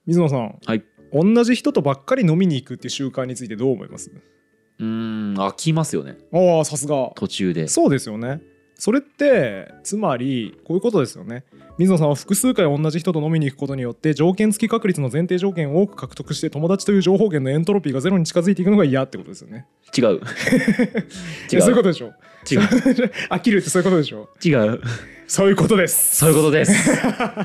水野さん、 はい。 同じ人とばっかり飲みに行くっていう習慣についてどう思います？ 飽きますよね。 ああ、さすが。 途中で。 そうですよね。それってつまりこういうことですよね。水野さんは複数回同じ人と飲みに行くことによって条件付き確率の前提条件を多く獲得して友達という情報源のエントロピーがゼロに近づいていくのが嫌ってことですよね。 違う。 いやそういうことでしょ。 違う。 飽きるってそういうことでしょ。 違う。 そういうことです。 そういうことです。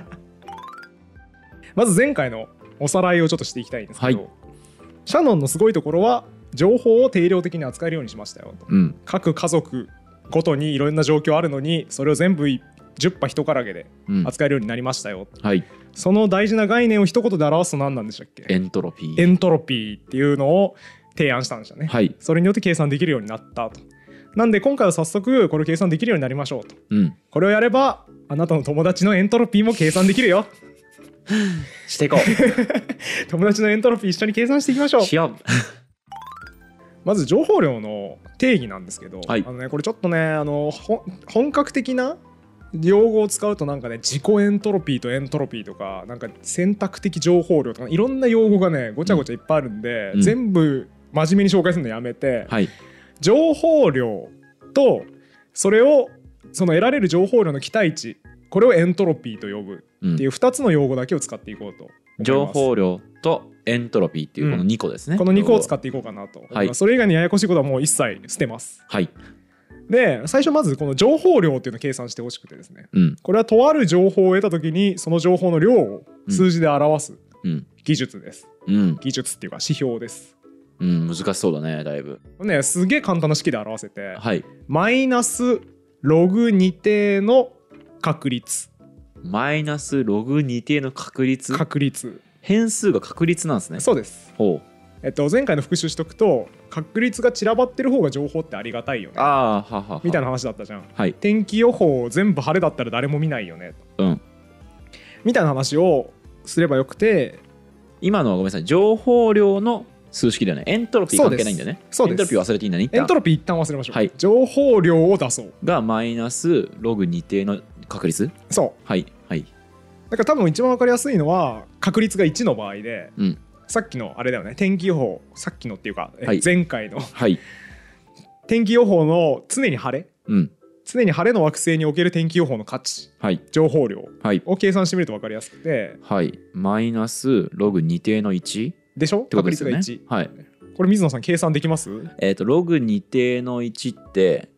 まず前回のおさらいをちょっとしていきたいんですけど、 はい、 シャノンのすごいところは情報を定量的に扱えるようにしましたよと、各家族ごとにいろんな状況あるのにそれを全部10羽一からげで扱えるようになりましたよ、 はい、 その大事な概念を一言で表すと何なんでしたっけ？ エントロピー。 エントロピーっていうのを提案したんでしたね、 はい、 それによって計算できるようになったと。なんで今回は早速これを計算できるようになりましょうと、これをやればあなたの友達のエントロピーも計算できるよしていこう。 友達のエントロピー一緒に計算していきましょう。 しよう。 まず情報量の定義なんですけど、 はい、 これちょっとね本格的な用語を使うとなんかね自己エントロピーとエントロピーとかなんか選択的情報量とかいろんな用語がねごちゃごちゃいっぱいあるんで、全部真面目に紹介するのやめて、情報量とその得られる情報量の期待値、これをエントロピーと呼ぶっていう2つの用語だけを使っていこうと思います。 情報量とエントロピーっていうこの2個ですね、 この2個を使っていこうかなと思います。それ以外にややこしいことはもう一切捨てます。で最初まずこの情報量っていうのを計算してほしくてですね、これはとある情報を得た時にその情報の量を数字で表す技術です、技術っていうか指標です。 難しそうだね。だいぶね、すげえ簡単な式で表せて、マイナスログ2定の確率。 マイナスログ2定の確率。変数が確率なんですね。 そうです。前回の復習しとくと確率が散らばってる方が情報ってありがたいよねみたいな話だったじゃん、天気予報全部晴れだったら誰も見ないよねと、みたいな話をすればよくて、 今のはごめんなさい、情報量の数式だよね。エントロピー関係ないんだよね。エントロピー忘れていいんだね。 エントロピー一旦忘れましょう、情報量を出そうがマイナスログ2定の確率。 だから多分一番分かりやすいのは確率が1の場合で、さっきのあれだよね、天気予報、さっきのっていうか、前回の、天気予報の常に晴れ、常に晴れの惑星における天気予報の価値、情報量を計算してみると分かりやすくて、 マイナスログ2定の1でしょ、 確率が1。これ水野さん計算できます？ ログ2定の1って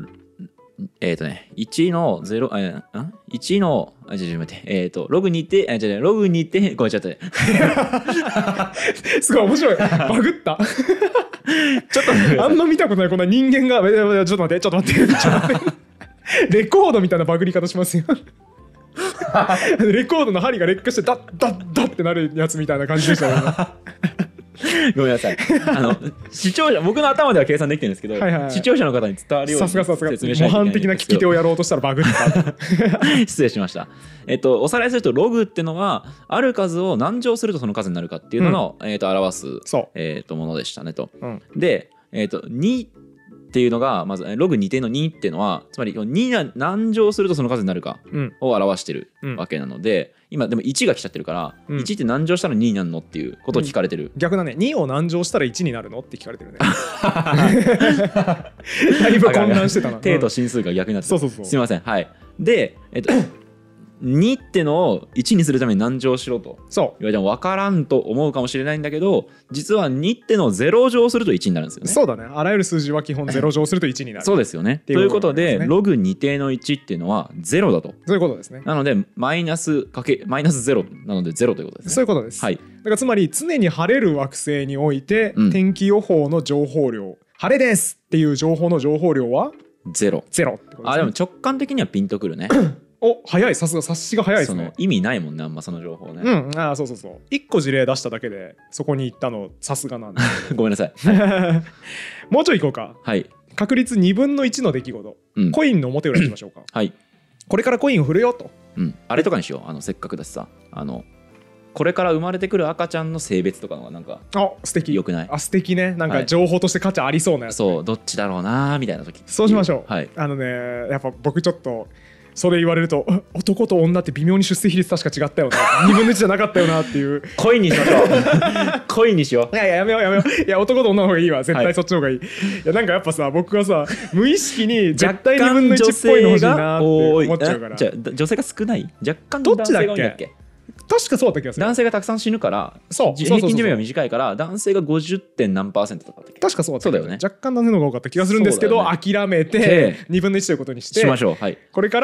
1の0、1のちょっと待って、ログ2定、ログ2定、ごめんちゃった。 すごい面白い。バグった。ちょっとあんま見たことないこんな人間がちょっと待ってレコードみたいなバグり方しますよ。レコードの針が劣化してダッダッダッってなるやつみたいな感じでしたね。 ごめんなさい。視聴者、僕の頭では計算できてるんですけど、視聴者の方に伝わるように説明しないといけないんですけど、模範的な聞き手をやろうとしたらバグった。 失礼しました。おさらいするとログってのはある数を何乗するとその数になるかっていうのの、表すものでしたねと。で、2っていうのがまずログ2定の2っていうのはつまり2が何乗するとその数になるかを表してるわけなので、今でも1が来ちゃってるから、1って何乗したら2になるのっていうことを聞かれてる、 逆だね。2を何乗したら1になるのって聞かれてるね。だいぶ混乱してたな。 定と進数が逆になってる。すいません。で、2ってのを1にするために何乗しろと言われても分からんと思うかもしれないんだけど、実は2ってのを0乗すると1になるんですよね。 そうだね。あらゆる数字は基本0乗すると1になる。 そうですよね。ということでログ2定の1っていうのは0だと。 そういうことですね。 なのでマイナス0なので0ということですね。 そういうことです。だからつまり常に晴れる惑星において、天気予報の情報量、晴れですっていう情報の情報量は 0ってことですね。 でも直感的にはピンとくるね。 早い。さすが察しが早いですね。 その意味ないもんね、あんまその情報ね。 そう1個事例出しただけでそこに行ったのさすがなんで。 ごめんなさい。 もうちょい行こうか。確率2分の1の出来事、コインの表裏いきましょうか。これからコインを振るよと、 あれとかにしよう。せっかくだしさ、これから生まれてくる赤ちゃんの性別とかのがなんか素敵。 よくない？ 素敵ね。なんか情報として価値ありそうなやつ、 そう、どっちだろうなみたいな時。 そうしましょう。やっぱ僕ちょっとそれ言われると男と女って微妙に出席率確か違ったよな2分の1じゃなかったよなっていう恋にしましょう恋にしよう。 いやいややめようやめよういや男と女の方がいいわ絶対そっちの方がいい、いやなんかやっぱさ僕はさ無意識に絶対2分の1っぽいの欲しいなって思っちゃうから。 じゃあ女性が少ない若干どっちだっ男性が多いんだっけ。 確かそうだった気がする。 男性がたくさん死ぬからそう平均寿命が短いから男性が 50. 点何%だったっけ。 確かそうだった。 そうだよね。 若干男性の方が多かった気がするんですけど、ね、諦めて2分の1ということにしてしましょう、はい、 これから、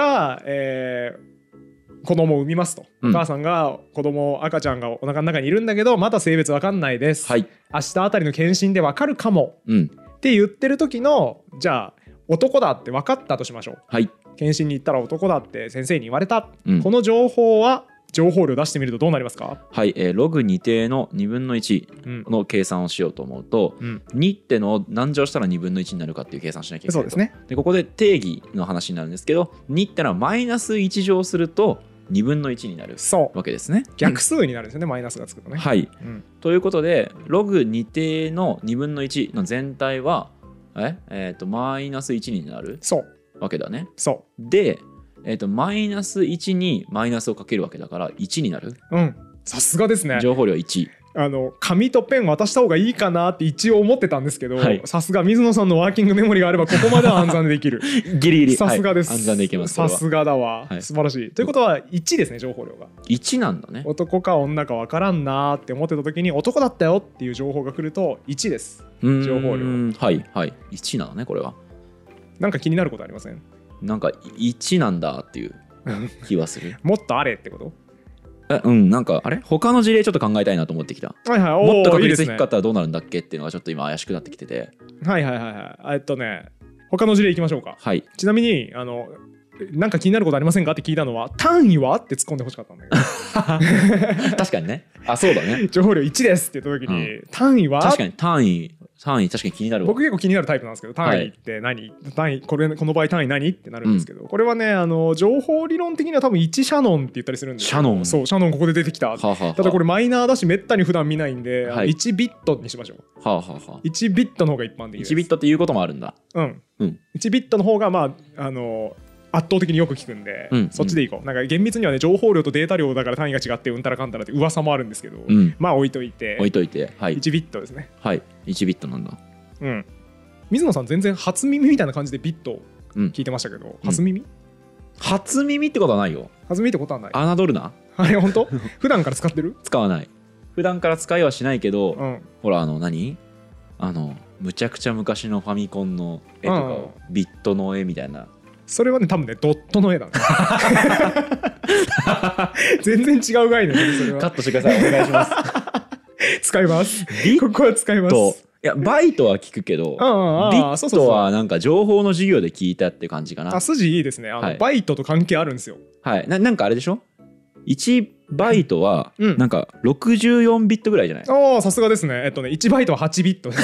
子供を産みますと、お母さんが赤ちゃんがお腹の中にいるんだけどまだ性別わかんないです、はい、明日あたりの検診でわかるかも、って言ってる時のじゃあ男だって分かったとしましょう、はい、検診に行ったら男だって先生に言われた、この情報は情報量出してみるとどうなりますか。 はい、ログ2定の2分の1の計算をしようと思うと、2ってのを何乗したら2分の1になるかっていう計算しなきゃいけないと。そうですね。でここで定義の話になるんですけど、2ってのはマイナス1乗すると2分の1になるわけですね。 逆数になるんですよね、マイナスがつくとね。 はい、ということでログ2定の2分の1の全体はマイナス1になるわけだね。そうでマイナス1にマイナスをかけるわけだから1になる。 さすがですね。 情報量1。 紙とペン渡した方がいいかなって一応思ってたんですけど、さすが水野さんのワーキングメモリがあればここまでは暗算できるギリギリさすがです、 暗算でいけます。 さすがだわ、素晴らしい。ということは1ですね、情報量が 1なんだね。 男か女か分からんなって思ってた時に男だったよっていう情報が来ると1です。情報量はいはい1なのね。これはなんか気になることありません？ なんか1なんだっていう気はするもっとあれってこと？ なんか他の事例ちょっと考えたいなと思ってきた。もっと確率低かったらどうなるんだっけっていうのがちょっと今怪しくなってきてて。 他の事例いきましょうか。はい。ちなみになんか気になることありませんかって聞いたのは単位はって突っ込んでほしかったんだけど確かにね。そうだね。 情報量1ですって言った時に、単位は確かに単位確かに気になるわ。 僕結構気になるタイプなんですけど、単位って何、単位この場合単位何ってなるんですけど、これはね情報理論的には多分1シャノンって言ったりするんですけど、そうシャノンここで出てきた。ただこれマイナーだしめったに普段見ないんで、1ビットにしましょう。1ビットの方が一般的です。 1ビットっていうこともあるんだ。 1ビットの方が圧倒的によく聞くんで、そっちでいこう。なんか厳密にはね情報量とデータ量だから単位が違ってうんたらかんたらって噂もあるんですけど、まあ置いといて、1ビットですね。 はい1ビットなんだ。 水野さん全然初耳みたいな感じでビット聞いてましたけど、初耳ってことはないよ。 初耳ってことはない。 侮るな。 あれ本当？普段から使ってる？ 使わない。普段から使いはしないけど、ほら何むちゃくちゃ昔のファミコンの絵とかをビットの絵みたいな。それはね多分ねドットの絵だね全然違う概念です。それはカットしてください。お願いします使います。ここは使います。 いやバイトは聞くけどビットはなんか情報の授業で聞いたって感じかな。 筋いいですね。バイトと関係あるんですよ。 はいなんかあれでしょ、1バイトはなんか64ビットぐらいじゃない？ さすがですね。1バイトは8ビット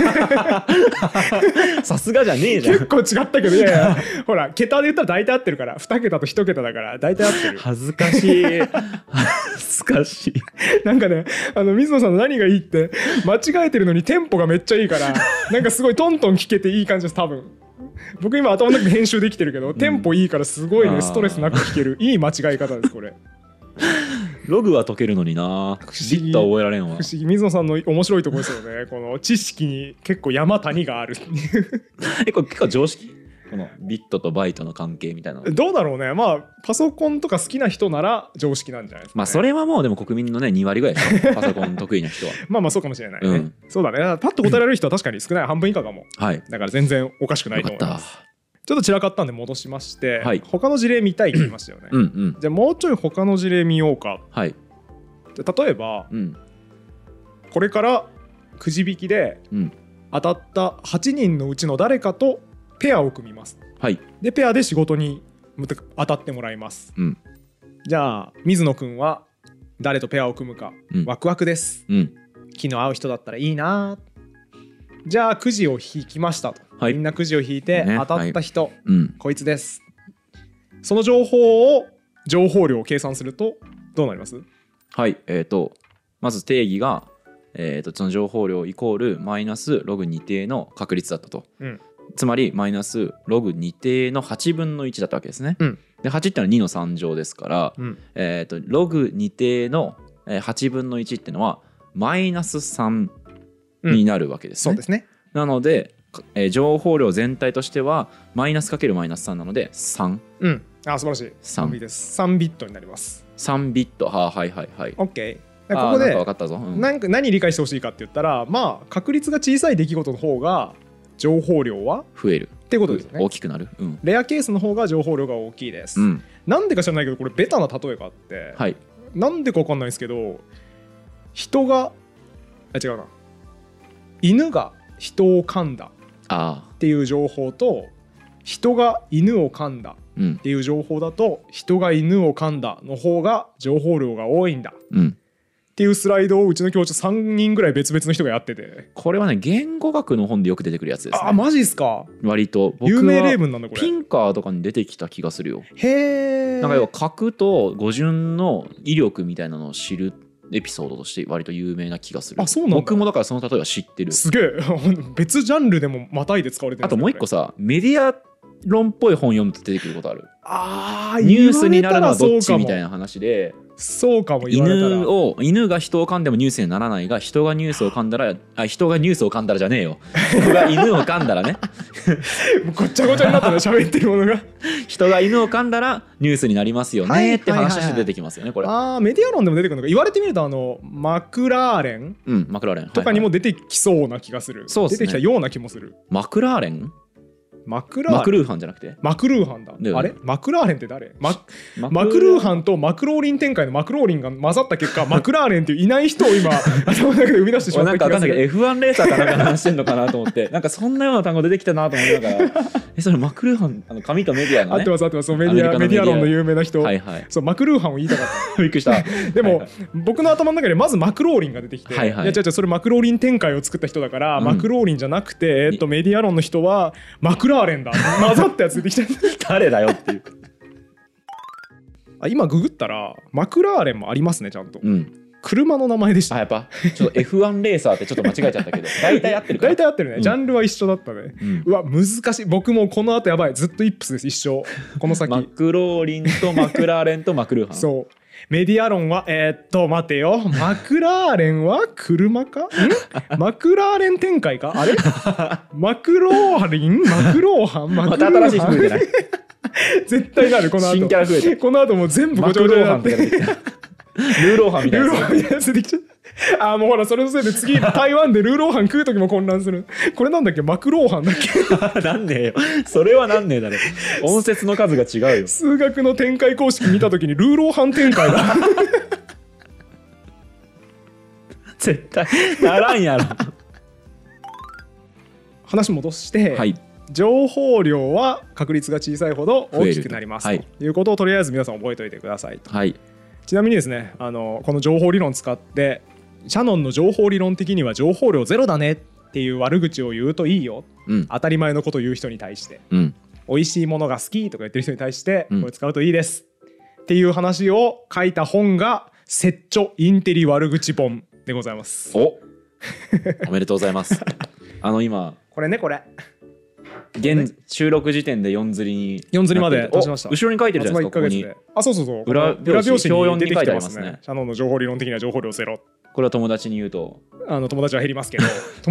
さすがじゃねえじゃん。 結構違ったけど、いやいやほら桁で言ったら大体合ってるから、2桁と1桁だから大体合ってる。 恥ずかしい恥ずかしいなんかね水野さんの何がいいって間違えてるのにテンポがめっちゃいいからなんかすごいトントン聞けていい感じです。多分僕今頭の中で編集できてるけど、テンポいいからすごいねストレスなく聞けるいい間違い方ですこれ。 ログは解けるのにな。ビットは覚えられんわ。 不思議。水野さんの面白いところですよね。この知識に結構山谷があるこれ結構常識？このビットとバイトの関係みたいな。 どうだろうね。まあパソコンとか好きな人なら常識なんじゃないですか、ね。 まあそれはもうでも国民のね2割ぐらいでしょパソコン得意な人は。 まあそうかもしれないね、そうだね。パッと答えられる人は確かに少ない。半分以下かも。だから全然おかしくないと思います。ちょっと散らかったんで戻しまして、他の事例見たいって言いましたよね。じゃあもうちょい他の事例見ようか。じゃ例えば、これからくじ引きで当たった8人のうちの誰かとペアを組みます。でペアで仕事に当たってもらいます。じゃあ水野くんは誰とペアを組むか、ワクワクです。気の合う人だったらいいな。じゃあくじを引きましたと、みんなくじを引いて当たった人、こいつです。その情報量を計算するとどうなります？ まず定義が、その情報量イコールマイナスログ2定の確率だったと、つまりマイナスログ2定の8分の1だったわけですね、 で8ってのは2の3乗ですから、ログ2定の8分の1っていうのはマイナス3になるわけですね。 そうですね。 なので、情報量全体としてはマイナスかけるマイナス3なので3。 素晴らしい。 3 です。3ビットになります。 3ビット。はいはいはい。 OK。ここで分かったぞ。 何理解してほしいかって言ったら、まあ確率が小さい出来事の方が情報量は増えるってことですね。 大きくなる、 レアケースの方が情報量が大きいです。なんでか知らないけどこれベタな例えがあって、なんでか分かんないですけど、人が違うな、犬が人を噛んだっていう情報と人が犬を噛んだっていう情報だと、人が犬を噛んだの方が情報量が多いんだっていうスライドをうちの教授3人ぐらい別々の人がやってて、 これはね言語学の本でよく出てくるやつですね。 マジっすか。 割と僕は有名例文なんだこれ。 ピンカーとかに出てきた気がするよ。 へえ。 なんか要は角と語順の威力みたいなのを知るエピソードとして割と有名な気がする。 そうなんだ。 僕もだからその例えは知ってる。 すげえ別ジャンルでもまたいで使われてる。 あともう一個さ、メディア論っぽい本読むと出てくることある。ニュースになるのはどっちみたいな話で、 そうかも。言われたら犬が人を噛んでもニュースにならないが、人がニュースを噛んだら人がニュースを噛んだらじゃねえよ人が犬を噛んだらねごっちゃごちゃになったね喋ってるものが人が犬を噛んだらニュースになりますよねって話として出てきますよね、これ。 メディア論でも出てくるのか。言われてみるとマクラーレンとかにも出てきそうな気がする。出てきたような気もする。 マクラーレンマクルーハンじゃなくてマクルーハンだ。あれマクラーレンって誰？マクルーハンとマクローリン展開のマクローリンが混ざった結果マクラーレンっていういない人を今頭の中で生み出してしまった気がする。 なんか分かんないけど F1 レーサーかなんか話してんのかなと思ってなんかそんなような単語出てきたなと思いながらそれマクルーハン紙とメディアのね。 合ってます合ってます。メディア論の有名な人。そうマクルーハンを言いたかったびっくりしたでも僕の頭の中でまずマクローリンが出てきて、いや違うそれマクローリン展開を作った人だから、マクローリンじゃなくてメディア論の人はマクラーレンだ混ざったやつ出てきた誰だよっていう今ググったらマクラーレンもありますねちゃんと。車の名前でした。 やっぱちょっと F1 レーサーってちょっと間違えちゃったけど大体合ってるから。 大体合ってるね、ジャンルは一緒だったね。うわ難しい。僕もこの後やばい。ずっとイップスです。一生この先マクローリンとマクラーレンとマクルーハンそうメディア論は待てよ。マクラーレンは車かマクラーレン展開かあれマクローリンマクローハンマクルーハンまた新しい人増えてない絶対なる。この後新キャラ増えてこの後もう全部ごちゃごちゃになってルーローハンみたいなやつできちゃう。もうほらそれのせいで次台湾でルーローハン食う時も混乱する。これなんだっけマクローハンだっけなんねえよそれはなんねえだろ。音節の数が違うよ。 数学の展開公式見た時にルーローハン展開だ絶対ならんやろ話戻して、情報量は確率が小さいほど大きくなりますということをとりあえず皆さん覚えておいてくださいと。ちなみにですねこの情報理論を使ってシャノンの情報理論的には情報量ゼロだねっていう悪口を言うといいよ、当たり前のことを言う人に対して、美味しいものが好きとか言ってる人に対してこれ使うといいですっていう話を書いた本が説著インテリ悪口本でございます。 おめでとうございます今これねこれ現収録時点で4釣りに 4釣りまで出しました。 後ろに書いてるじゃないですか。ここにそう裏表紙に出てきてますね。 シャノンの情報理論的には情報量ゼロ。 これは友達に言うと友達は減りますけど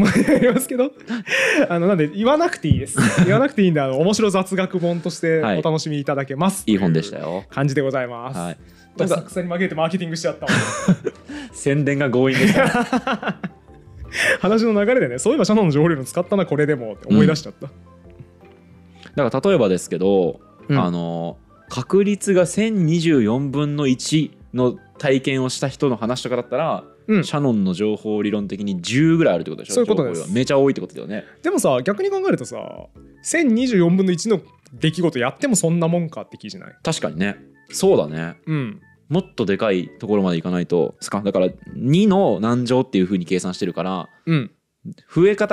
なんで言わなくていいです。言わなくていいんで面白雑学本としてお楽しみいただけます。 いい本でしたよ。 感じでございます。どさくさに負けてマーケティングしちゃった宣伝が強引でした話の流れでね、そういえばシャノンの情報理論使ったなこれでもって思い出しちゃった。 だから例えばですけど、確率が1024分の1の体験をした人の話とかだったら、シャノンの情報理論的に10ぐらいあるってことでしょ。 そういうことです。 めちゃ多いってことだよね。 でもさ逆に考えるとさ1024分の1の出来事やってもそんなもんかって気じゃない？ 確かにね。そうだね。もっとでかいところまでいかないとだから2の何乗っていう風に計算してるから、増え方がね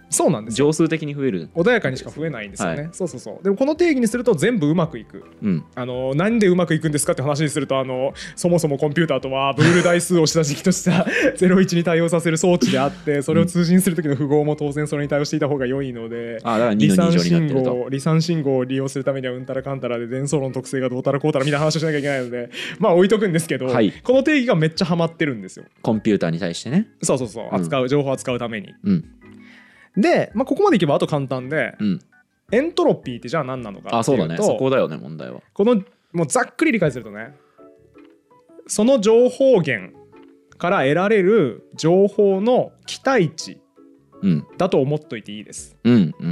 そうなんですよ。 乗数的に増える、 穏やかにしか増えないんですよね、はい、そうそうそう。でもこの定義にすると全部うまくいく、うん、なんでうまくいくんですかって話にするとそもそもコンピューターとはブール代数を下敷きとした01に対応させる装置であってそれを通信する時の符号も当然それに対応していた方が良いので、 だから2の2乗になってると離散信号を利用するためにはうんたらかんたらで伝送論特性がどうたらこうたらみたいな話をしなきゃいけないのでまあ置いとくんですけど、はい、この定義がめっちゃハマってるんですよコンピューターに対してね。 そうそうそう、扱う情報を扱うために、うん、で、ここまでいけばあと簡単で、うん、エントロピーってじゃあ何なのかっていうと、 そうだね、そこだよね問題は。 このもうざっくり理解するとね、その情報源から得られる情報の期待値だと思っといていいです。 うんうんうん。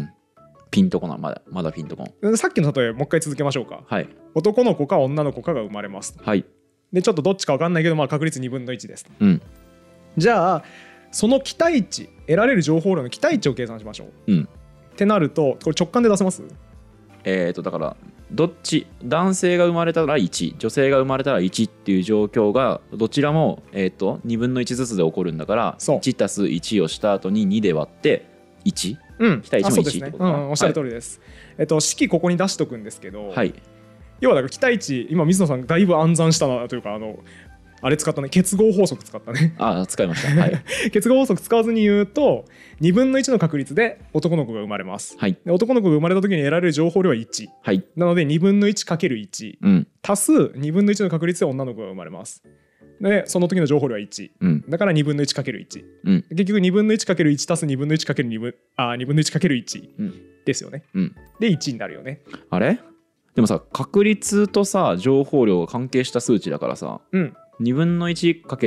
ピンとこない、まだピンとこん。 さっきの例えもう一回続けましょうか。 はい。 男の子か女の子かが生まれます。 はい。 でちょっとどっちか分かんないけど、確率2分の1です。 うん。じゃあその期待値、得られる情報量の期待値を計算しましょう。うん。ってなるとこれ直感で出せます？ だからどっち、男性が生まれたら1、女性が生まれたら1っていう状況がどちらも、2分の1ずつで起こるんだから、1たす1をした後に2で割って1、 うん、 期待値も1ってことか、 おっしゃる通りです。はい、式ここに出しとくんですけど、 はい、 要はだから期待値、今水野さんだいぶ暗算したなというかあれ使ったね、結合法則使ったね。 使いました、はい、 結合法則使わずに言うと2分の1の確率で男の子が生まれます、 はい、 で男の子が生まれた時に得られる情報量は1、 はい、 なので2分の 1×1、うん、足す2分の1の確率で女の子が生まれます。でその時の情報量は1、うん、だから2分の 1×1、うん、結局2分の 1×1 足す2分の 1×2 分2分の 1×1 ですよね、うん、で1になるよね。 あれでもさ、確率とさ情報量が関係した数値だからさ、うん、2分の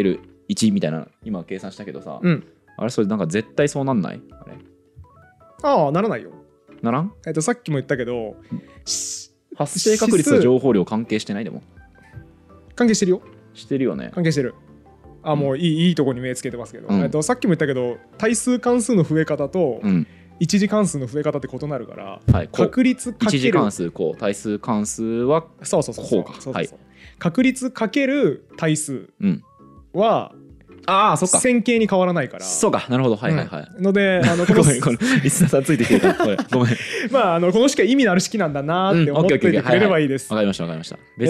1×1 みたいな今計算したけどさ、うん、あれそれなんか絶対そうなんない？ ならないよ。 ならん？ さっきも言ったけど、 発生確率と情報量関係してない？でも関係してるよ。 してるよね。 関係してる。もういいとこに目つけてますけど、さっきも言ったけど対数関数の増え方と、一次関数の増え方って異なるから、はい、確率かける一次関数こう対数関数はこうか、はい、 確率かける対数は、 そっか線形に変わらないから。 そうか、なるほど、はいはいはい、 のでこのリスナーさんついてきてるからごめんこの式は意味のある式なんだなって思っておいてくれればいいです。 わかりましたわかりました。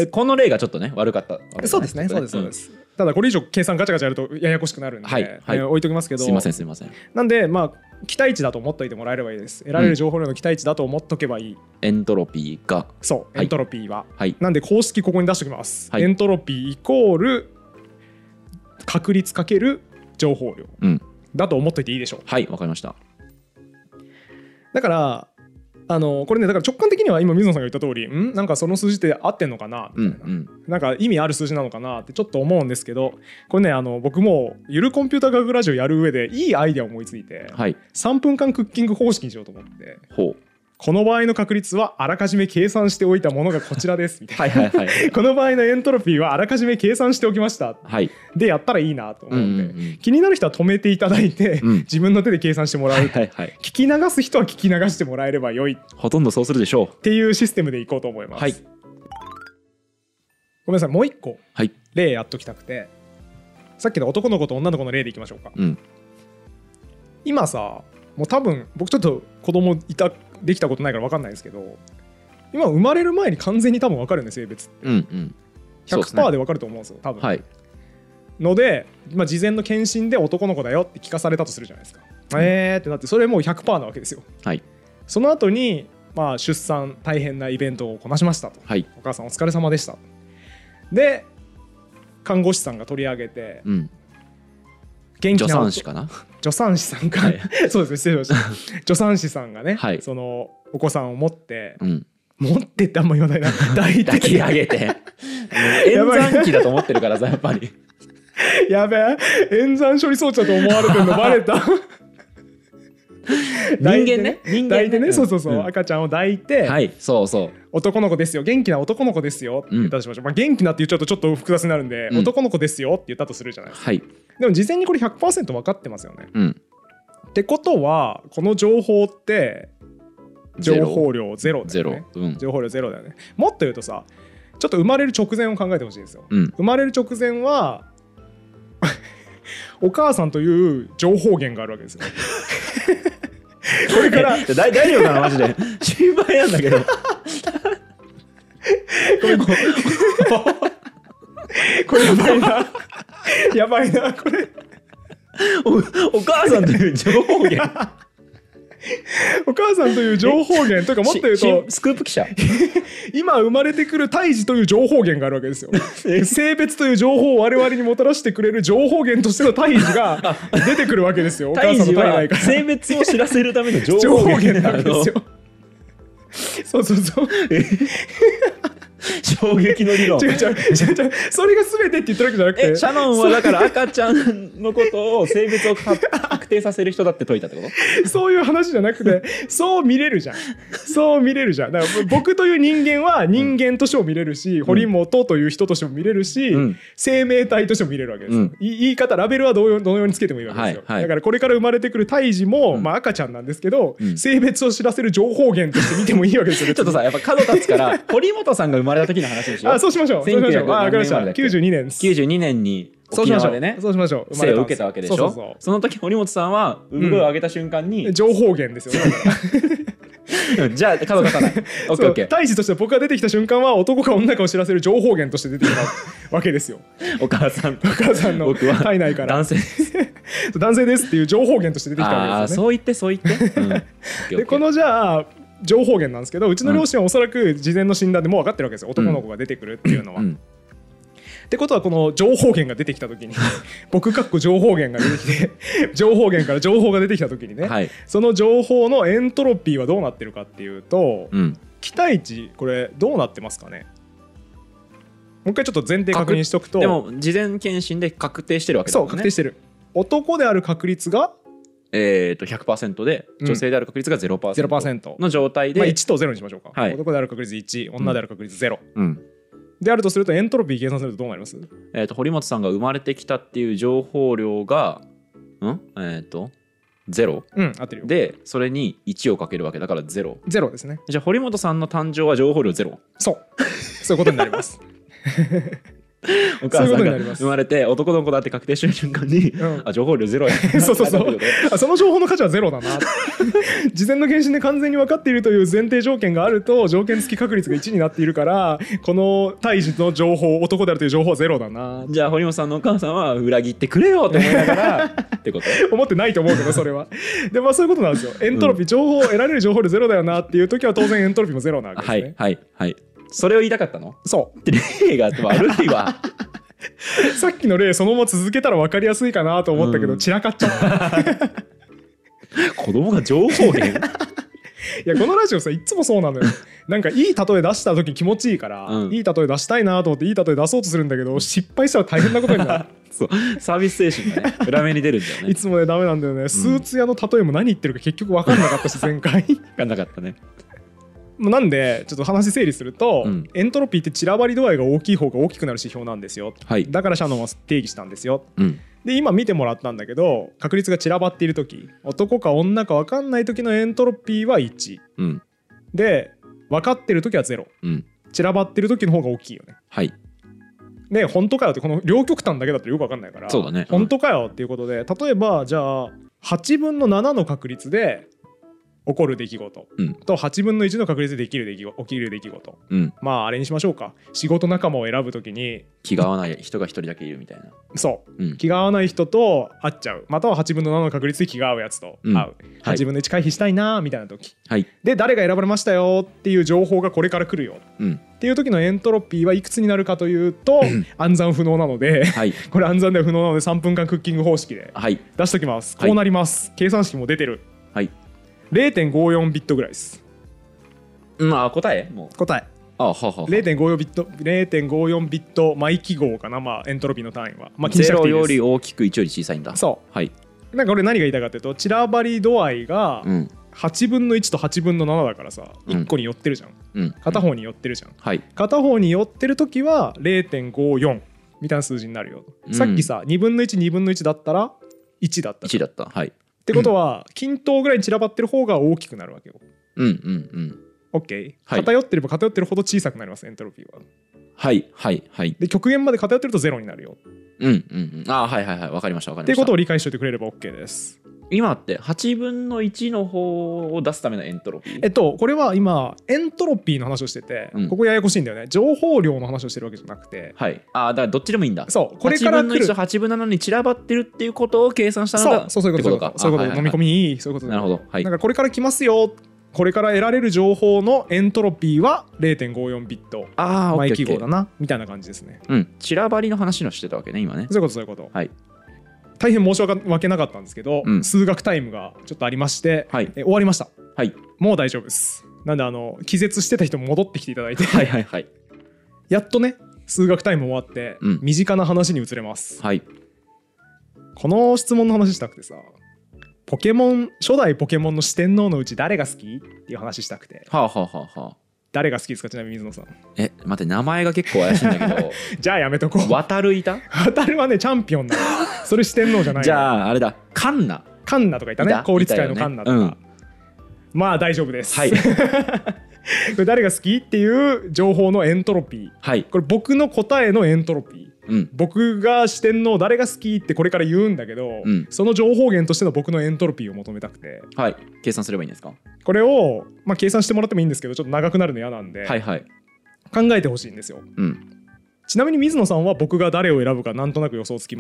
この例がちょっとね悪かった。 そうですね、そうですそうです。ただこれ以上計算ガチャガチャやるとややこしくなるんで、置いときますけど。 すいませんすいません。 なんで期待値だと思っといてもらえればいいです。得られる情報量の期待値だと思っとけばいい。 エントロピーが、 エントロピーは、なんで公式ここに出しておきます。エントロピーイコール確率かける情報量だと思っといていいでしょう。 はい、わかりました。 だからこれね、だから直感的には今水野さんが言った通り、なんかその数字って合ってんのかなみたいな、なんか意味ある数字なのかなってちょっと思うんですけど、これね僕もゆるコンピューター科学ラジオやる上でいいアイデアを思いついて、3分間クッキング方式にしようと思って、この場合の確率はあらかじめ計算しておいたものがこちらですみたいなこの場合のエントロピーはあらかじめ計算しておきました、でやったらいいなと思うんで、気になる人は止めていただいて、自分の手で計算してもらう、聞き流す人は聞き流してもらえればよい、 ほとんどそうするでしょうっていうシステムでいこうと思います。ごめんなさい、もう一個例やっときたくて、さっきの男の子と女の子の例でいきましょうか。今さ、もう多分僕ちょっと子供できたことないから分かんないですけど、今生まれる前に完全に多分分かるんです、性別って、100% で分かると思うんですよ多分、ので、事前の検診で男の子だよって聞かされたとするじゃないですか、ってなって、それもう 100% なわけですよ、その後に出産大変なイベントをこなしましたと、お母さんお疲れ様でしたで看護師さんが取り上げて、 元気な助産師かな、 助産師さんが、そうですね、失礼しました助産師さんがね、そのお子さんを持って、持ってってあんま言わないな、 抱き上げて演算機だと思ってるからさ、やっぱりやべえ、演算処理装置だと思われてるのバレた人間ね、 抱いてね、そうそうそう、赤ちゃんを抱いて、 そうそう、 男の子ですよ、元気な男の子ですよって言ったとしましょう。元気なって言っちゃうとちょっと複雑になるんで、男の子ですよって言ったとするじゃないですか。でも事前にこれ 100% 分かってますよね。ってことはこの情報って情報量ゼロだよね。情報量ゼロだよね。もっと言うとさ、ちょっと生まれる直前を考えてほしいんですよ。生まれる直前はお母さんという情報源があるわけですよこれから大丈夫かなマジで心配なんだけどこれやばいなやばいなこれお母さんという情報源お母さんという情報源というかもっと言うとスクープ記者今生まれてくる胎児という情報源があるわけですよ性別という情報を我々にもたらしてくれる情報源としての胎児が出てくるわけですよ。お母さんの体内から性別を知らせるための情報報源なんですよそう衝撃の理論違うそれが全てって言ってるわけじゃなくてシャノンはだから赤ちゃんのことを性別を確定させる人だって解いたってことそういう話じゃなくてそう見れるじゃんだから僕という人間は人間としても見れるし、堀本という人としても見れるし、生命体としても見れるわけですよ、言い方ラベルはどのようにつけてもいいわけですよ、だからこれから生まれてくる胎児も、赤ちゃんなんですけど、性別を知らせる情報源として見てもいいわけですよちょっとさやっぱ角立つから堀本さんが生まれた時の話でしょ。 そうしましょう。分かりました。92年です。 92年に沖縄でね、 そうしましょう。 生を受けたわけでしょ。その時堀本さんは産声を上げた瞬間に情報源ですよ。 じゃあ角立たない。オッケーオッケー。 胎児として僕が出てきた瞬間は男か女かを知らせる情報源として出てきたわけですよ。 お母さんの体内から男性です男性ですっていう情報源として出てきたわけですよね。 そう言って。 でこのじゃあ情報源なんですけど、うちの両親はおそらく事前の診断でもう分かってるわけですよ、男の子が出てくるっていうのは。ってことはこの情報源が出てきた時に僕情報源が出てきて情報源から情報が出てきた時にね、その情報のエントロピーはどうなってるかっていうと、期待値これどうなってますかね。もう一回ちょっと前提確認しとくと、 でも事前検診で確定してるわけだもんね。 そう確定してる。男である確率が 100% で女性である確率が 0% の状態で、 1と0にしましょうか、男である確率1、女である確率0、であるとするとエントロピー計算するとどうなります？ 堀本さんが生まれてきたっていう情報量が0、 合ってるよ。 でそれに1をかけるわけだから0 ですね。 じゃあ堀本さんの誕生は情報量0。 そういうことになりますお母さんが生まれて男の子だって確定してる瞬間に、情報量ゼロやその情報の価値はゼロだな事前の検診で完全に分かっているという前提条件があると条件付き確率が1になっているから、この胎児の情報男であるという情報はゼロだな。 じゃあ堀本さんのお母さんは裏切ってくれよと思いながらってこと思ってないと思うけどそれはでそういうことなんですよ。エントロピー、情報得られる情報量ゼロだよなっていう時は当然エントロピーもゼロなわけですね。 はいそれを言いたかったの？ そう例が悪いわさっきの例そのまま続けたら分かりやすいかなと思ったけど、散らかっちゃった子供が情報源いやこのラジオさいつもそうなのよ。なんかいい例え出した時気持ちいいから、いい例え出したいなと思っていい例え出そうとするんだけど、失敗したら大変なことになるそうサービス精神がね裏目に出るんだよねいつもねダメなんだよね、スーツ屋の例えも何言ってるか結局分かんなかったし前回分かんなかったね。 なんでちょっと話整理すると、エントロピーって散らばり度合いが大きい方が大きくなる指標なんですよ、だからシャノンは定義したんですよ、で今見てもらったんだけど、確率が散らばっている時、男か女か分かんない時のエントロピーは1、で分かってる時は0、散らばってる時の方が大きいよね。で本当かよってこの両極端だけだとよく分かんないから、 そうだね、 本当かよっていうことで、例えばじゃあ8分の7の確率で起こる出来事、と8分の1の確率で起きる出来事、まああれにしましょうか。仕事仲間を選ぶときに気が合わない人が1人だけいるみたいな。 そう、気が合わない人と会っちゃう、または8分の7の確率で気が合うやつと会う、8分の1回避したいなみたいな時、で誰が選ばれましたよっていう情報がこれから来るよ、っていう時のエントロピーはいくつになるかというと、暗算不能なので、これ暗算では不能なので3分間クッキング方式で出しときます、こうなります、計算式も出てる、0.54 ビットぐらいです。 答え 0.54 ビット毎記号かな、エントロピーの単位は、 0より大きく1より小さいんだ。 なんか俺何が言いたいかというと、散らばり度合いが8分の1と8分の7だからさ、1個に寄ってるじゃん、片方に寄ってるじゃん、片方に寄ってる時は 0.54 みたいな数字になるよ、さっきさ2分の12分の1だったら1だったってことは、均等ぐらいに散らばってる方が大きくなるわけよ。OK、偏ってれば偏ってるほど小さくなります、エントロピーは。で極限まで偏ってるとゼロになるよ。 わかりました。 っていうことを理解しておいてくれれば OK です。 今って8分の1の方を出すためのエントロピー。 これは今エントロピーの話をしてて、ここややこしいんだよね。情報量の話をしてるわけじゃなくて、 はい、だからどっちでもいいんだ。 そうこれから来る 8分の1と8分の7に散らばってるっていうことを計算したのがそういうことか。そういうこと、飲み込みいい、そういうこと。 なるほど、はい、 なんかこれから来ますよ、これから得られる情報のエントロピーは 0.54 ビット毎記号だなみたいな感じですね。 散らばりの話のしてたわけね今ね。 そういうこと、 はい。 大変申し訳なかったんですけど、数学タイムがちょっとありまして、はい、終わりました。 はい、 もう大丈夫です。なんで気絶してた人も戻ってきていただいてやっとね数学タイム終わって、身近な話に移れます。はい、この質問の話したくてさ、初代ポケモンの四天王のうち誰が好きっていう話したくて。誰が好きですか、ちなみに水野さん。 待って、名前が結構怪しいんだけどじゃあやめとこう。 渡るいた？ 渡るはねチャンピオンだ。それ四天王じゃない。 じゃああれだ、カンナとかいたね。効率界のカンナとか、まあ大丈夫です。はいこれ誰が好きっていう情報のエントロピー、はい、これ僕の答えのエントロピー、僕が四天王誰が好きってこれから言うんだけど、その情報源としての僕のエントロピーを求めたくて、 はい、計算すればいいんですか？ これを、計算してもらってもいいんですけど、ちょっと長くなるの嫌なんで、はいはい、考えてほしいんですよ。ちなみに水野さんは僕が誰を選ぶかなんとなく予想つきます？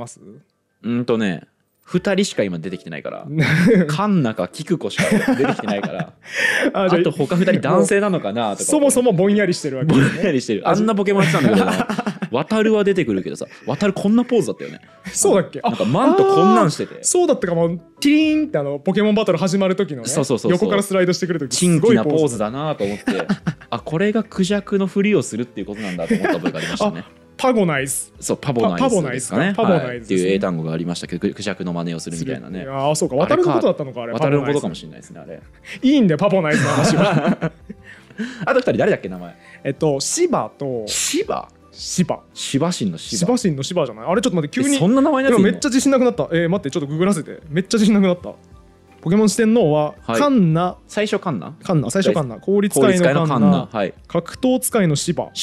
2人しか今出てきてないからカンナかキクコしか出てきてないからあと他2人男性なのかなとか、 そもそもぼんやりしてるわけですね。 ぼんやりしてる。あんなポケモンやってたんだけどな渡るは出てくるけどさ、渡るこんなポーズだったよね。 そうだっけ？ なんかマントこんなんしてて、 そうだったかも。ティリーンってポケモンバトル始まる時のね、横からスライドしてくる時珍奇なポーズだなと思ってこれがクジャクのふりをするっていうことなんだと思った覚えがありましたね。 パゴナイズ。 そう、パボナイズかね。パボナイズっていう英単語がありましたけど、クジャクの真似をするみたいなね。 そうか、渡るのことだったのか、あれ。 渡るのことかもしれないですね、あれ。 いいんだよ、パボナイズの話は。 あと2人誰だっけ、名前。 シバと。シバ神のシバじゃない？あれちょっと待って、急に。 そんな名前のやつ？ めっちゃ自信なくなった。待って、ちょっとググらせて。めっちゃ自信なくなった。ポケモン四天王はカンナ、 最初カンナ、 最初カンナ、効率界のカンナ、格闘使いのシバ。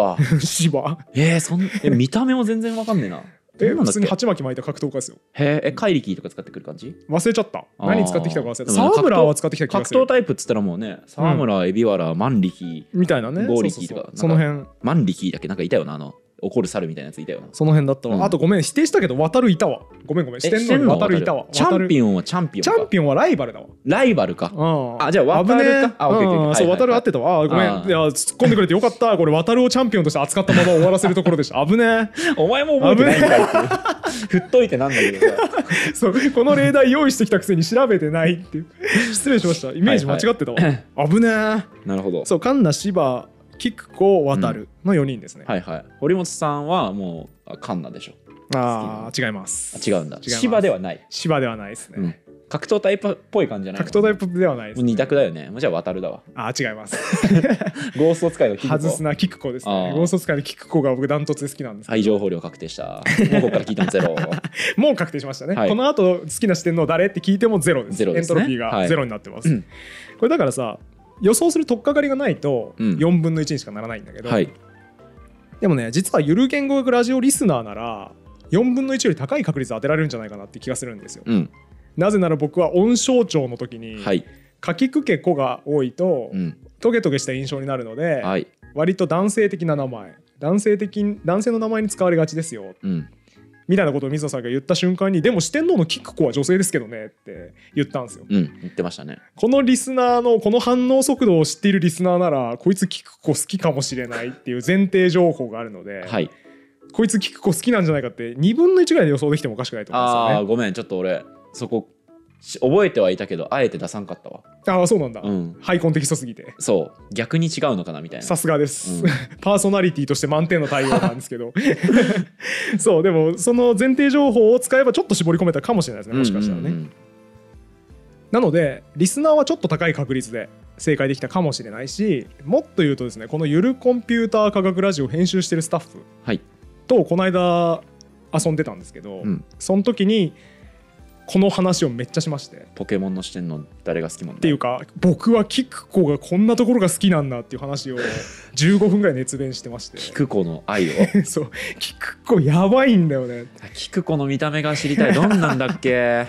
見た目も全然わかんねえな。 普通に鉢巻き巻いた格闘家ですよ。 怪力とか使ってくる感じ？ 忘れちゃった。何使ってきたか忘れた。沢村は使ってきた気がする。 格闘タイプっつったらもうね、沢村、エビワラ、万力みたいなね、 剛力とか、 その辺。 万力だっけ、なんかいたよな、怒る猿みたいなやついたよな。 その辺だったわ。あとごめん、否定したけど渡るいたわ。ごめん、四天王に渡るいたわ。 チャンピオンはチャンピオンはライバルだわ。 ライバルか。じゃあ渡るか。 そう、渡る合ってたわ。ごめん、いや突っ込んでくれてよかった。これ渡るをチャンピオンとして扱ったまま終わらせるところでした。危ねえ。 お前も覚えてないんかいって振っといてなんだけどさ。 そう、この例題用意してきたくせに調べてないっていう。失礼しました。イメージ間違ってたわ。危ねえ。 なるほど。 そう、カンナ、シバ、キクコ、渡るの4人ですね。 堀本さんはもうカンナでしょ。 違います。 違うんだ。芝ではない。 芝ではないですね。 格闘タイプっぽい感じじゃない？ 格闘タイプではないです。 二択だよね。じゃあ渡るだわ。 違います。 ゴースト使いのキクコ。 外すな、キクコですね。ゴースト使いのキクコが僕ダントツで好きなんです。 はい、情報量確定した。もうここから聞いてもゼロ。 もう確定しましたね。この後好きな視点の誰って聞いてもゼロです。エントロピーがゼロになってます。これだからさ、予想する取っかかりがないと4分の1にしかならないんだけど、でもね、実はゆる言語学ラジオリスナーなら4分の1より高い確率当てられるんじゃないかなって気がするんですよ。なぜなら僕は音小調の時にかきくけこが多いとトゲトゲした印象になるので、割と男性的な名前、男性の名前に使われがちですよ、みたいなことを水野さんが言った瞬間に、でも四天王のキクコは女性ですけどねって言ったんですよ。 言ってましたね。 このリスナーのこの反応速度を知っているリスナーならこいつキクコ好きかもしれないっていう前提情報があるので、こいつキクコ好きなんじゃないかって2分の1ぐらいで予想できてもおかしくないと思うんですよね。 ごめん、ちょっと俺そこ覚えてはいたけどあえて出さんかったわ。 そうなんだ。ハイコンテキストすぎて。 そう、逆に違うのかなみたいな。 さすがです、パーソナリティとして満点の対応なんですけどそう、でもその前提情報を使えばちょっと絞り込めたかもしれないですね、もしかしたらね。なのでリスナーはちょっと高い確率で正解できたかもしれないし、もっと言うとですね、このゆるコンピューター科学ラジオを編集してるスタッフとこの間遊んでたんですけど、その時にこの話をめっちゃしまして、 ポケモンの視点の誰が好きもんだっていうか、僕はキクコがこんなところが好きなんだっていう話を15分ぐらい熱弁してまして。 キクコの愛をそう、キクコやばいんだよね。 キクコの見た目が知りたい。どんなんだっけ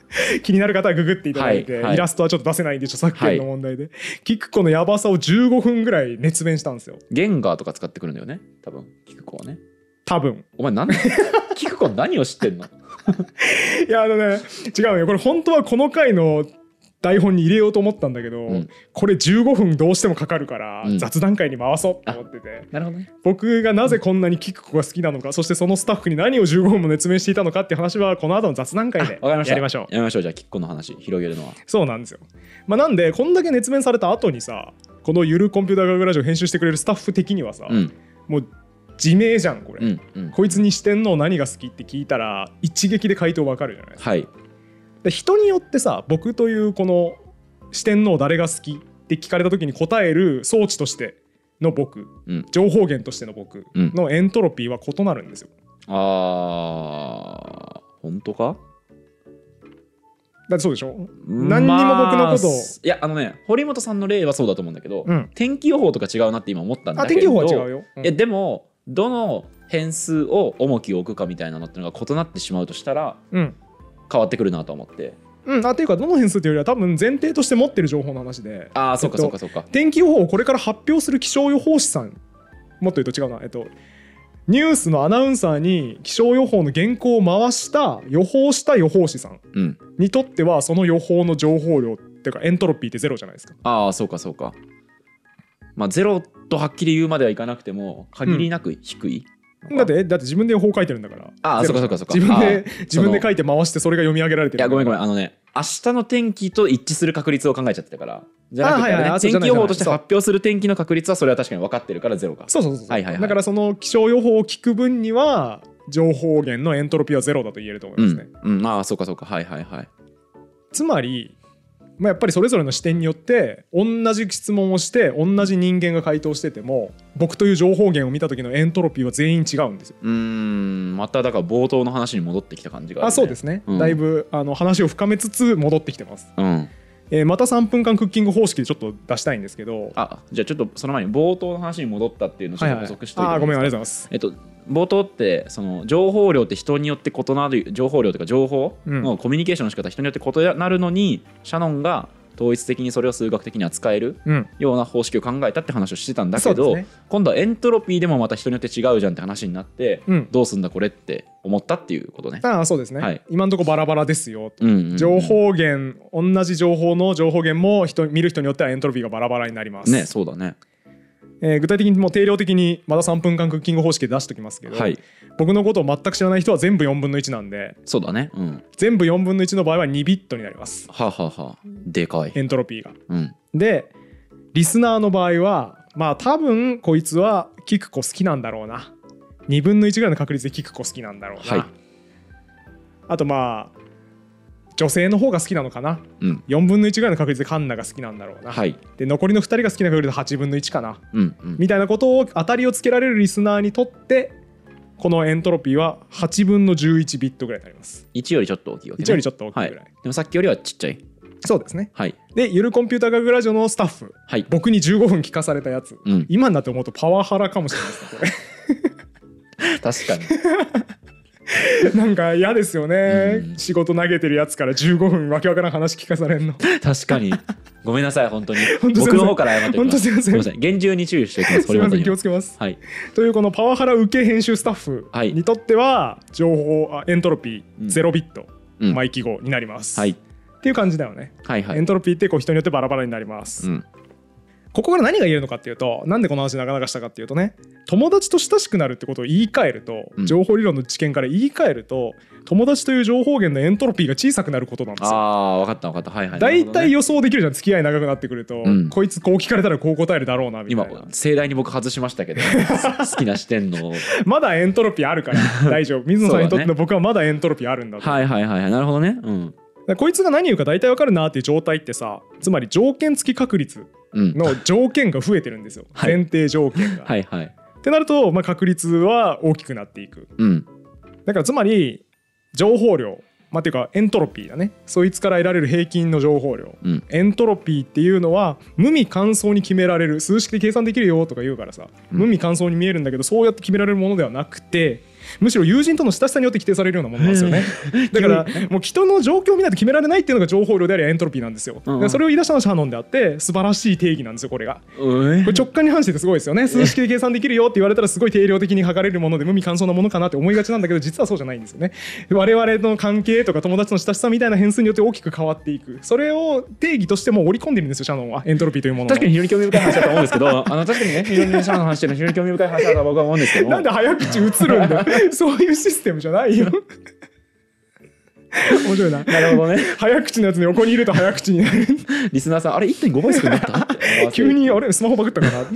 気になる方はググっていただいて、イラストはちょっと出せないんで著作権の問題で、キクコのヤバさを15分ぐらい熱弁したんですよ。 ゲンガーとか使ってくるんだよね多分キクコはね。 多分お前なんでキクコ何を知ってんのいや違うよ、これ本当はこの回の台本に入れようと思ったんだけど、これ15分どうしてもかかるから、雑談会に回そうと思ってて、 なるほどね、 僕がなぜこんなにキクコが好きなのか、そしてそのスタッフに何を15分も熱弁していたのかっていう話はこの後の雑談会でやりましょう。 やりましょう。じゃあキクコの話広げるのは。 そうなんですよ。なんでこんだけ熱弁された後にさ、このゆるコンピューター科学ラジオ編集してくれるスタッフ的にはさ、もう自明じゃんこれ、こいつに四天王何が好きって聞いたら一撃で回答わかるじゃないですか。で人によってさ、僕というこの四天王誰が好きって聞かれた時に答える装置としての僕、情報源としての僕のエントロピーは異なるんですよ。 本当か？ だってそうでしょ。何にも僕のことを、 いや堀本さんの例はそうだと思うんだけど、天気予報とか違うなって今思ったんだけど、 天気予報は違うよ。 でもどの変数を重きを置くかみたいなのってのが異なってしまうとしたら、変わってくるなと思って。っていうかどの変数というよりは多分前提として持ってる情報の話で、 そうか天気予報をこれから発表する気象予報士さん、もっと言うと違うな、ニュースのアナウンサーに気象予報の原稿を回した予報士さんにとっては、その予報の情報量っていうかエントロピーってゼロじゃないですか。 そうか。ゼロとはっきり言うまではいかなくても限りなく低い、 だって自分で予報書いてるんだから。 そうか自分で書いて回してそれが読み上げられてる。 いやごめん明日の天気と一致する確率を考えちゃってたから、じゃなくて天気予報として発表する天気の確率はそれは確かに分かってるからゼロか。 そうだからその気象予報を聞く分には情報源のエントロピーはゼロだと言えると思いますね。 そうかつまりやっぱりそれぞれの視点によって同じ質問をして同じ人間が回答してても、僕という情報源を見た時のエントロピーは全員違うんですよ。 まただから冒頭の話に戻ってきた感じがあるね。 そうですね、だいぶ話を深めつつ戻ってきてます。また3分間クッキング方式でちょっと出したいんですけど、 じゃあちょっとその前に冒頭の話に戻ったっていうのをちょっと補足しておいてもいいですか。 ごめん、ありがとうございます。 冒頭ってその情報量って人によって異なる、情報量というか情報のコミュニケーションの仕方人によって異なるのに、シャノンが統一的にそれを数学的に扱えるような方式を考えたって話をしてたんだけど、今度はエントロピーでもまた人によって違うじゃんって話になって、どうすんだこれって思ったっていうことね。 そうですね、今のところバラバラですよ、情報源、同じ情報の情報源も見る人によってはエントロピーがバラバラになりますね。 そうだね。 具体的にもう定量的にまた3分間クッキング方式で出しておきますけど、僕のことを全く知らない人は全部4分の1なんで、 そうだね、 全部4分の1の場合は2ビットになります。 でかいエントロピーが、でリスナーの場合は多分こいつはキクコ好きなんだろうな、2分の1ぐらいの確率でキクコ好きなんだろうな、あと女性の方が好きなのかな、4分の1ぐらいの確率でカンナが好きなんだろうな、で残りの2人が好きな確率で8分の1かな、みたいなことを当たりをつけられるリスナーにとってこのエントロピーは8分の11ビットぐらいになります。 1よりちょっと大きいわけね。 1よりちょっと大きいぐらい、 でもさっきよりはちっちゃい。 そうですね、でゆるコンピューター科学ラジオのスタッフ、僕に15分聞かされたやつ、今になって思うとパワハラかもしれないですねこれ確かになんか嫌ですよね、仕事投げてるやつから15分わけわからん話聞かされんの。 確かにごめんなさい、本当に僕の方から謝っておきます。 すみません、 厳重に注意しておきます。 すみません、気をつけます、というこのパワハラ受け編集スタッフにとってはエントロピー0ビット、毎記号になります、っていう感じだよね。エントロピーって人によってバラバラになります、ここから何が言えるのかっていうと、なんでこの話なかなかしたかっていうとね、友達と親しくなるってことを言い換えると、情報理論の知見から言い換えると、友達という情報源のエントロピーが小さくなることなんですよ。 分かった、 大体予想できるじゃん、付き合い長くなってくると、こいつこう聞かれたらこう答えるだろうなみたいな。 今盛大に僕外しましたけど好きな視点のまだエントロピーあるから大丈夫。水野さんにとっての僕はまだエントロピーあるんだと。 なるほどね。 こいつが何言うか大体わかるなっていう状態ってさ、つまり条件付き確率の条件が増えてるんですよ、前提条件が。ってなると、確率は大きくなっていく、だからつまり情報量、っていうかエントロピーだね、そいつから得られる平均の情報量、エントロピーっていうのは無味乾燥に決められる、数式で計算できるよとか言うからさ、無味乾燥に見えるんだけど、そうやって決められるものではなくて、 むしろ友人との親しさによって規定されるようなものなんですよねだからもう人の状況を見ないと決められないっていうのが情報量でありエントロピーなんですよ、それを言い出したのはシャノンであって素晴らしい定義なんですよこれが。これ直感に反しててすごいですよね。数式で計算できるよって言われたらすごい定量的に測れるもので無味乾燥なものかなって思いがちなんだけど、実はそうじゃないんですよね。我々の関係とか友達の親しさみたいな変数によって大きく変わっていく、それを定義としても織り込んでるんですよシャノンはエントロピーというもの。 確かに非常に興味深い話だと思うんですけど確かにね非常にシャノンの話してるの非常に興味深い話だと僕は思うんですけどなんで早口映るんだそういうシステムじゃないよ面白いな。なるほどね。早口のやつの横にいると早口になるリスナーさんあれ 1.5 倍速になった急にあれスマホバグったかな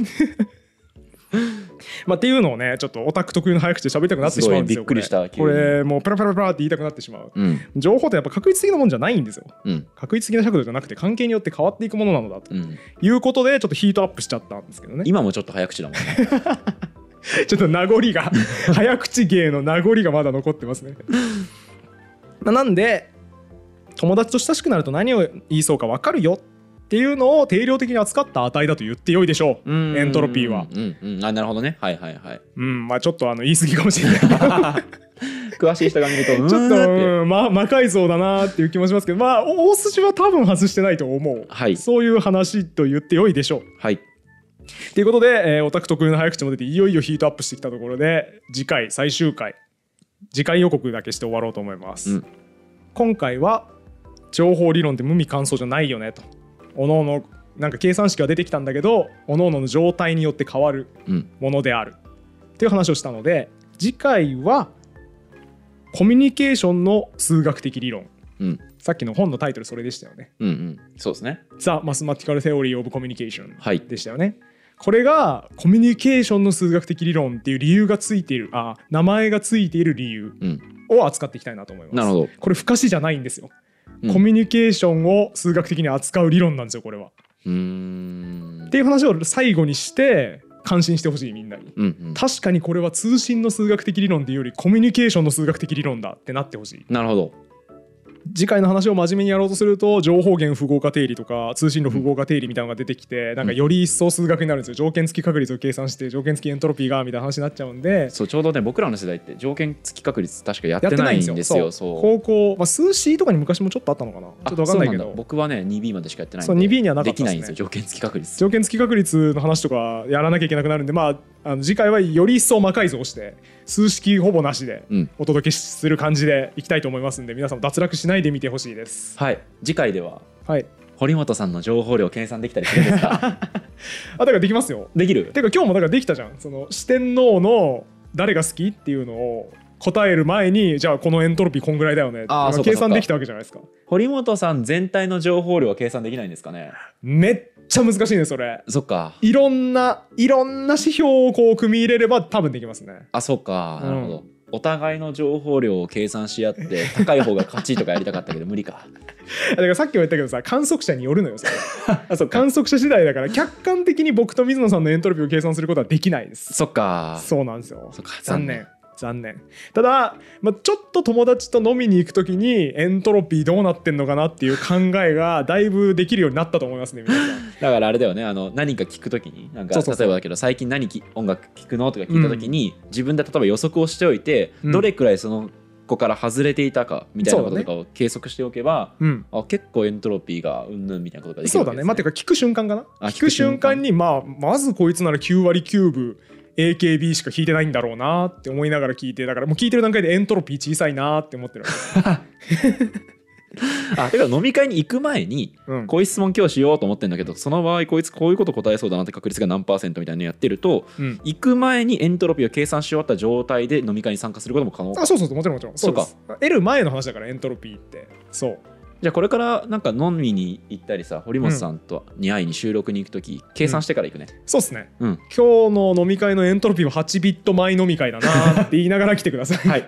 まあっていうのをねちょっとオタク特有の早口で喋りたくなってしまうんですよ。 びっくりした。 これもうペラペラペラって言いたくなってしまう、情報ってやっぱ確率的なもんじゃないんですよ、確率的な尺度じゃなくて関係によって変わっていくものなのだと、いうことでちょっとヒートアップしちゃったんですけどね。 今もちょっと早口だもんねちょっと名残が早口芸の名残がまだ残ってますねなんで友達と親しくなると何を言いそうか分かるよっていうのを定量的に扱った値だと言ってよいでしょう、エントロピーは。 あ、なるほどね。はいはいはい。 まあちょっと言い過ぎかもしれない詳しい人が見るとちょっと魔改造だなっていう気もしますけど、まあ大筋は多分外してないと思う、はい、そういう話と言ってよいでしょう。 はい。 ということで、オタク特有の早口も出ていよいよヒートアップしてきたところで次回最終回次回予告だけして終わろうと思います、今回は情報理論って無味乾燥じゃないよねと、おのおのなんか計算式が出てきたんだけどおのおのの状態によって変わるものである、っていう話をしたので次回はコミュニケーションの数学的理論、さっきの本のタイトルそれでしたよね。 そうですね。 The Mathematical Theory of Communication、でしたよね。これがコミュニケーションの数学的理論っていう理由がついている名前がついている理由を扱っていきたいなと思います。 なるほど。 これ不可視じゃないんですよ、コミュニケーションを数学的に扱う理論なんですよこれは。っていう話を最後にして感心してほしいみんなに、確かにこれは通信の数学的理論っていうよりコミュニケーションの数学的理論だってなってほしい。 なるほど。 次回の話を真面目にやろうとすると情報源符号化定理とか通信路符号化定理みたいなのが出てきて、なんかより一層数学になるんですよ。条件付き確率を計算して条件付きエントロピーがみたいな話になっちゃうんで、 そうちょうどね僕らの世代って条件付き確率確かやってないんですよ。 高校、数 C とかに昔もちょっとあったのかな、ちょっと分かんないけど僕はね 2B までしかやってないんで、 そう 2B にはなかったですね。 できないんですよ条件付き確率。 条件付き確率の話とかやらなきゃいけなくなるんで、次回はより一層魔改造して数式ほぼなしでお届けする感じでいきたいと思いますんで、皆さん脱落しないで見てほしいです。 はい。次回では、堀本さんの情報量計算できたりするんですかだからできますよ。 できる。 てか今日もだからできたじゃん。その四天王の誰が好きっていうのを答える前にじゃあこのエントロピーこんぐらいだよねって計算できたわけじゃないですか。 堀本さん全体の情報量は計算できないんですかね。 めっちゃ難しいねそれ。 そっか。 いろんな指標をこう組み入れれば多分できますね。 そっか、なるほど。お互いの情報量を計算し合って高い方が勝ちとかやりたかったけど無理かだからさっきも言ったけどさ、観測者によるのよそれそう観測者次第だから客観的に僕と水野さんのエントロピーを計算することはできないです。 そっか。 そうなんですよ。残念。ただ、ちょっと友達と飲みに行くときにエントロピーどうなってんのかなっていう考えがだいぶできるようになったと思いますね皆さん。 だからあれだよね、何か聞くときになんか例えばだけど最近音楽聴くのとか聞いたときに、自分で例えば予測をしておいて、どれくらいその子から外れていたかみたいなこととかを計測しておけば、結構エントロピーがうんぬんみたいなことができるわけですね。 そうだね。てか聞く瞬間かな。聞く瞬間にまずこいつなら9割9分AKB しか聞いてないんだろうなって思いながら聞いて、だからもう聞いてる段階でエントロピー小さいなって思ってるわけだから飲み会に行く前に、こういう質問今日しようと思ってるんだけど、その場合こいつこういうこと答えそうだなって確率が何%みたいなのやってると、行く前にエントロピーを計算し終わった状態で飲み会に参加することも可能。 そうもちろんそうか。得る前の話だからエントロピーって。そうじゃあこれからなんか飲みに行ったりさ、堀本さんとに会いに収録に行くとき計算してから行くね。 そうっすね、今日の飲み会のエントロピーは8ビット前飲み会だなって言いながら来てくださいはい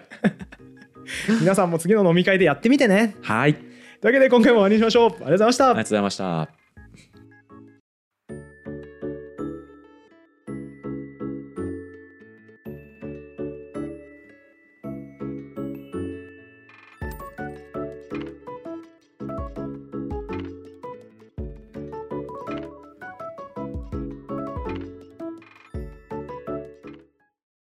皆さんも次の飲み会でやってみてね。 はい。 というわけで今回も終わりにしましょう。ありがとうございました。 ありがとうございました。